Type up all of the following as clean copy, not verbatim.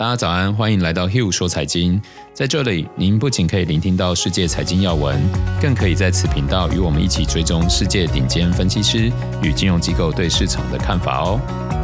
大家早安，欢迎来到 Hugh 说财经。在这里，您不仅可以聆听到世界财经要闻，更可以在此频道与我们一起追踪世界顶尖分析师与金融机构对市场的看法哦。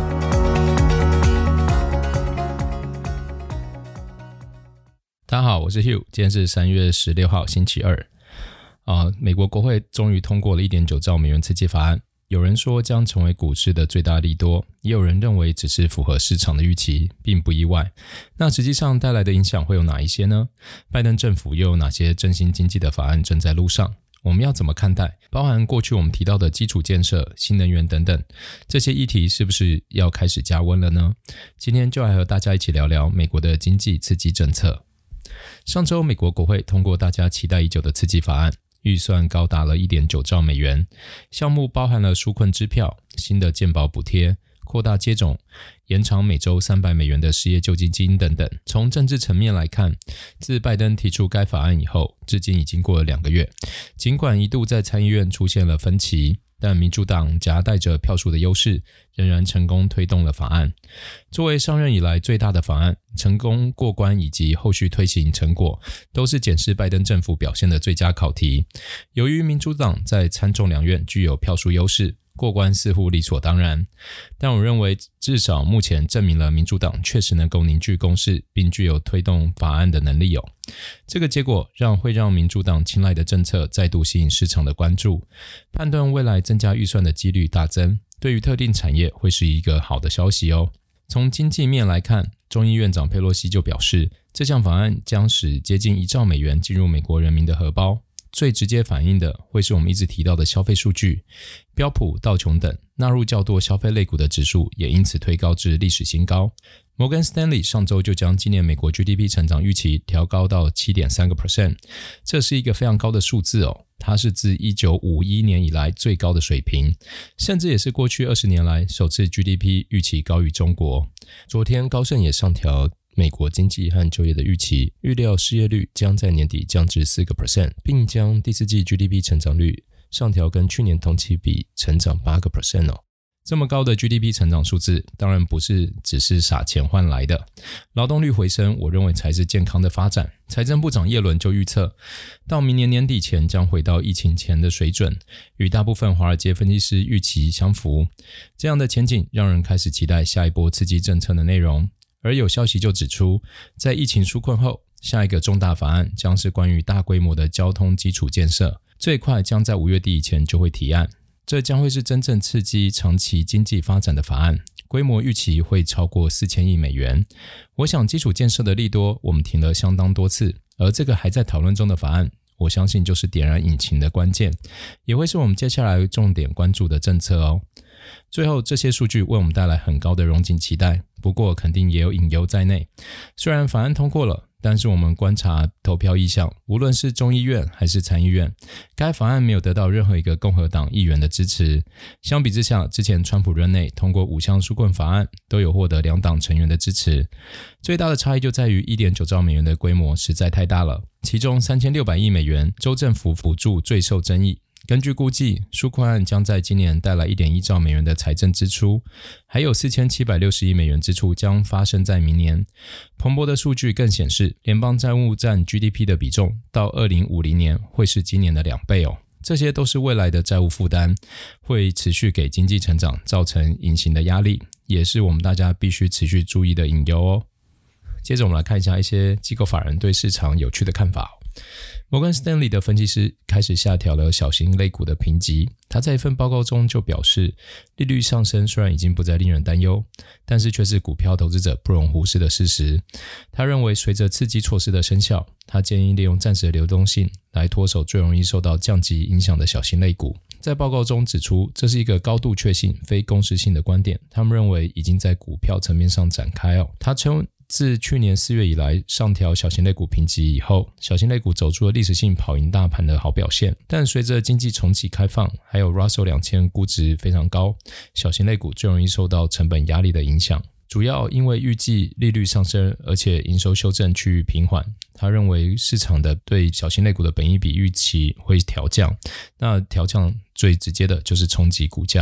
大家好，我是 Hugh， 今天是3月16号星期二。美国国会终于通过了 1.9 兆美元刺激法案，有人说将成为股市的最大利多，也有人认为只是符合市场的预期，并不意外。那实际上带来的影响会有哪一些呢？拜登政府又有哪些振兴经济的法案正在路上？我们要怎么看待？包含过去我们提到的基础建设、新能源等等，这些议题是不是要开始加温了呢？今天就来和大家一起聊聊美国的经济刺激政策。上周美国国会通过大家期待已久的刺激法案，预算高达了 1.9 兆美元，项目包含了纾困支票、新的健保补贴、扩大接种、延长每周300美元的失业救济金等等。从政治层面来看，自拜登提出该法案以后，至今已经过了2个月。尽管一度在参议院出现了分歧，但民主党夹带着票数的优势，仍然成功推动了法案。作为上任以来最大的法案，成功过关以及后续推行成果，都是检视拜登政府表现的最佳考题。由于民主党在参众两院具有票数优势，过关似乎理所当然，但我认为至少目前证明了民主党确实能够凝聚共识，并具有推动法案的能力哦。这个结果会让民主党青睐的政策再度吸引市场的关注，判断未来增加预算的几率大增，对于特定产业会是一个好的消息哦。从经济面来看，众议院长佩洛西就表示，这项法案将使接近1兆美元进入美国人民的荷包。最直接反映的会是我们一直提到的消费数据，标普、道琼等纳入较多消费类股的指数也因此推高至历史新高。摩根斯丹利上周就将今年美国 GDP 成长预期调高到 7.3%， 这是一个非常高的数字哦，它是自1951年以来最高的水平，甚至也是过去20年来首次 GDP 预期高于中国。昨天高盛也上调美国经济和就业的预期，预料失业率将在年底降至 4%， 并将第四季 GDP 成长率上调跟去年同期比成长 8% 哦。这么高的 GDP 成长数字当然不是只是撒钱换来的，劳动率回升我认为才是健康的发展。财政部长耶伦就预测，到明年年底前将回到疫情前的水准，与大部分华尔街分析师预期相符。这样的前景让人开始期待下一波刺激政策的内容。而有消息就指出，在疫情纾困后，下一个重大法案将是关于大规模的交通基础建设，最快将在5月底以前就会提案。这将会是真正刺激长期经济发展的法案，规模预期会超过4000亿美元。我想基础建设的利多我们听了相当多次，而这个还在讨论中的法案，我相信就是点燃引擎的关键，也会是我们接下来重点关注的政策哦。最后，这些数据为我们带来很高的荣景期待，不过肯定也有隐忧在内。虽然法案通过了，但是我们观察投票意向，无论是众议院还是参议院，该法案没有得到任何一个共和党议员的支持。相比之下，之前川普任内通过5项纾困法案都有获得两党成员的支持。最大的差异就在于 1.9 兆美元的规模实在太大了，其中3600亿美元州政府补助最受争议。根据估计，纾困案将在今年带来 1.1 兆美元的财政支出，还有4760亿美元支出将发生在明年。彭博的数据更显示，联邦债务占 GDP 的比重到2050年会是今年的2倍哦。这些都是未来的债务负担，会持续给经济成长造成隐形的压力，也是我们大家必须持续注意的隐忧哦。接着我们来看一下一些机构法人对市场有趣的看法。摩根斯丹利的分析师开始下调了小型类股的评级，他在一份报告中就表示，利率上升虽然已经不再令人担忧，但是却是股票投资者不容忽视的事实。他认为随着刺激措施的生效，他建议利用暂时的流动性来脱手最容易受到降级影响的小型类股。在报告中指出，这是一个高度确信、非公式性的观点，他们认为已经在股票层面上展开哦。他称自去年4月以来上调小型类股评级以后，小型类股走出了历史性跑赢大盘的好表现，但随着经济重启开放，还有 Russell 2000估值非常高，小型类股最容易受到成本压力的影响，主要因为预计利率上升，而且营收修正趋于平缓。他认为市场的对小型类股的本益比预期会调降，那调降最直接的就是冲击股价哦。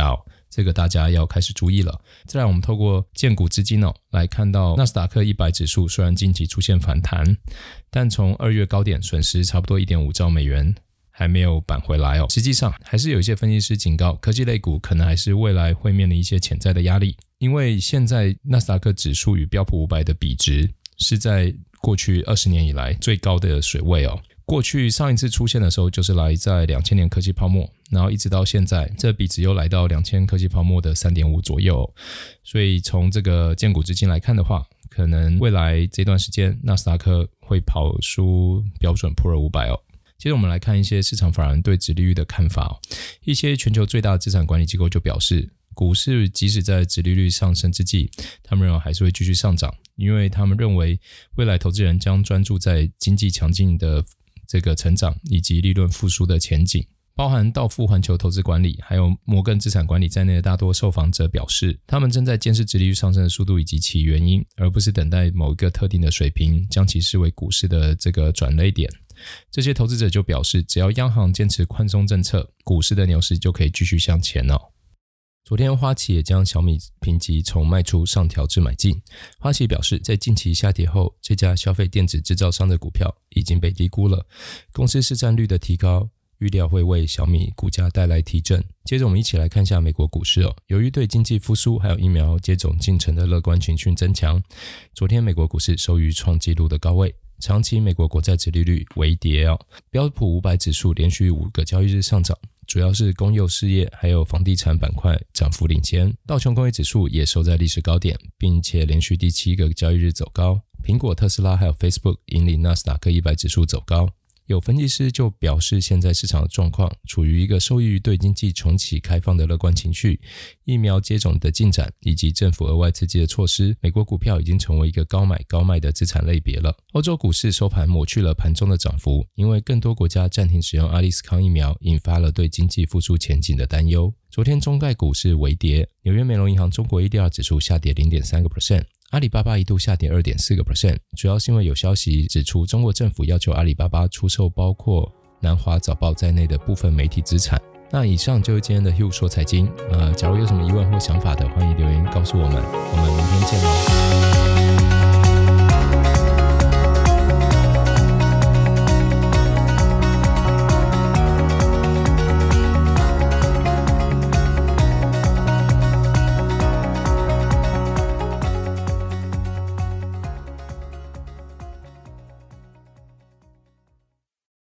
这个大家要开始注意了。再来我们透过荐股资金来看到纳斯达克100指数虽然近期出现反弹，但从2月高点损失差不多 1.5 兆美元还没有扳回来实际上还是有一些分析师警告科技类股可能还是未来会面临一些潜在的压力，因为现在纳斯达克指数与标普500的比值是在过去20年以来最高的水位过去上一次出现的时候就是来在2000年科技泡沫，然后一直到现在这比值又来到2000科技泡沫的 3.5 左右所以从这个荐股资金来看的话，可能未来这段时间纳斯达克会跑输标准普尔500接着我们来看一些市场法人对殖利率的看法一些全球最大的资产管理机构就表示，股市即使在殖利率上升之际，他们认为还是会继续上涨，因为他们认为未来投资人将专注在经济强劲的这个成长以及利润复苏的前景。包含道富环球投资管理还有摩根资产管理在内的大多受访者表示，他们正在监视殖利率上升的速度以及其原因，而不是等待某一个特定的水平将其视为股市的这个转捩点。这些投资者就表示，只要央行坚持宽松政策，股市的牛市就可以继续向前昨天花旗也将小米评级从卖出上调至买进。花旗表示，在近期下跌后，这家消费电子制造商的股票已经被低估了，公司市占率的提高预料会为小米股价带来提振。接着我们一起来看一下美国股市由于对经济复苏还有疫苗接种进程的乐观情绪增强，昨天美国股市收于创纪录的高位，长期美国国债殖利率微跌标普500指数连续5个交易日上涨，主要是公有事业还有房地产板块涨幅领先。道琼工业指数也收在历史高点，并且连续第7个交易日走高。苹果、特斯拉还有 Facebook 引领纳斯达克100指数走高。有分析师就表示，现在市场的状况处于一个受益于对经济重启开放的乐观情绪、疫苗接种的进展以及政府额外刺激的措施，美国股票已经成为一个高买高卖的资产类别了。欧洲股市收盘抹去了盘中的涨幅，因为更多国家暂停使用阿利斯康疫苗，引发了对经济复苏前景的担忧。昨天中概股市微跌，纽约美容银行中国 ADR 指数下跌 0.3%，阿里巴巴一度下跌 2.4%， 主要是因为有消息指出中国政府要求阿里巴巴出售包括南华早报在内的部分媒体资产。那以上就是今天的 Hugh 说财经假如有什么疑问或想法的，欢迎留言告诉我们，我们明天见咯。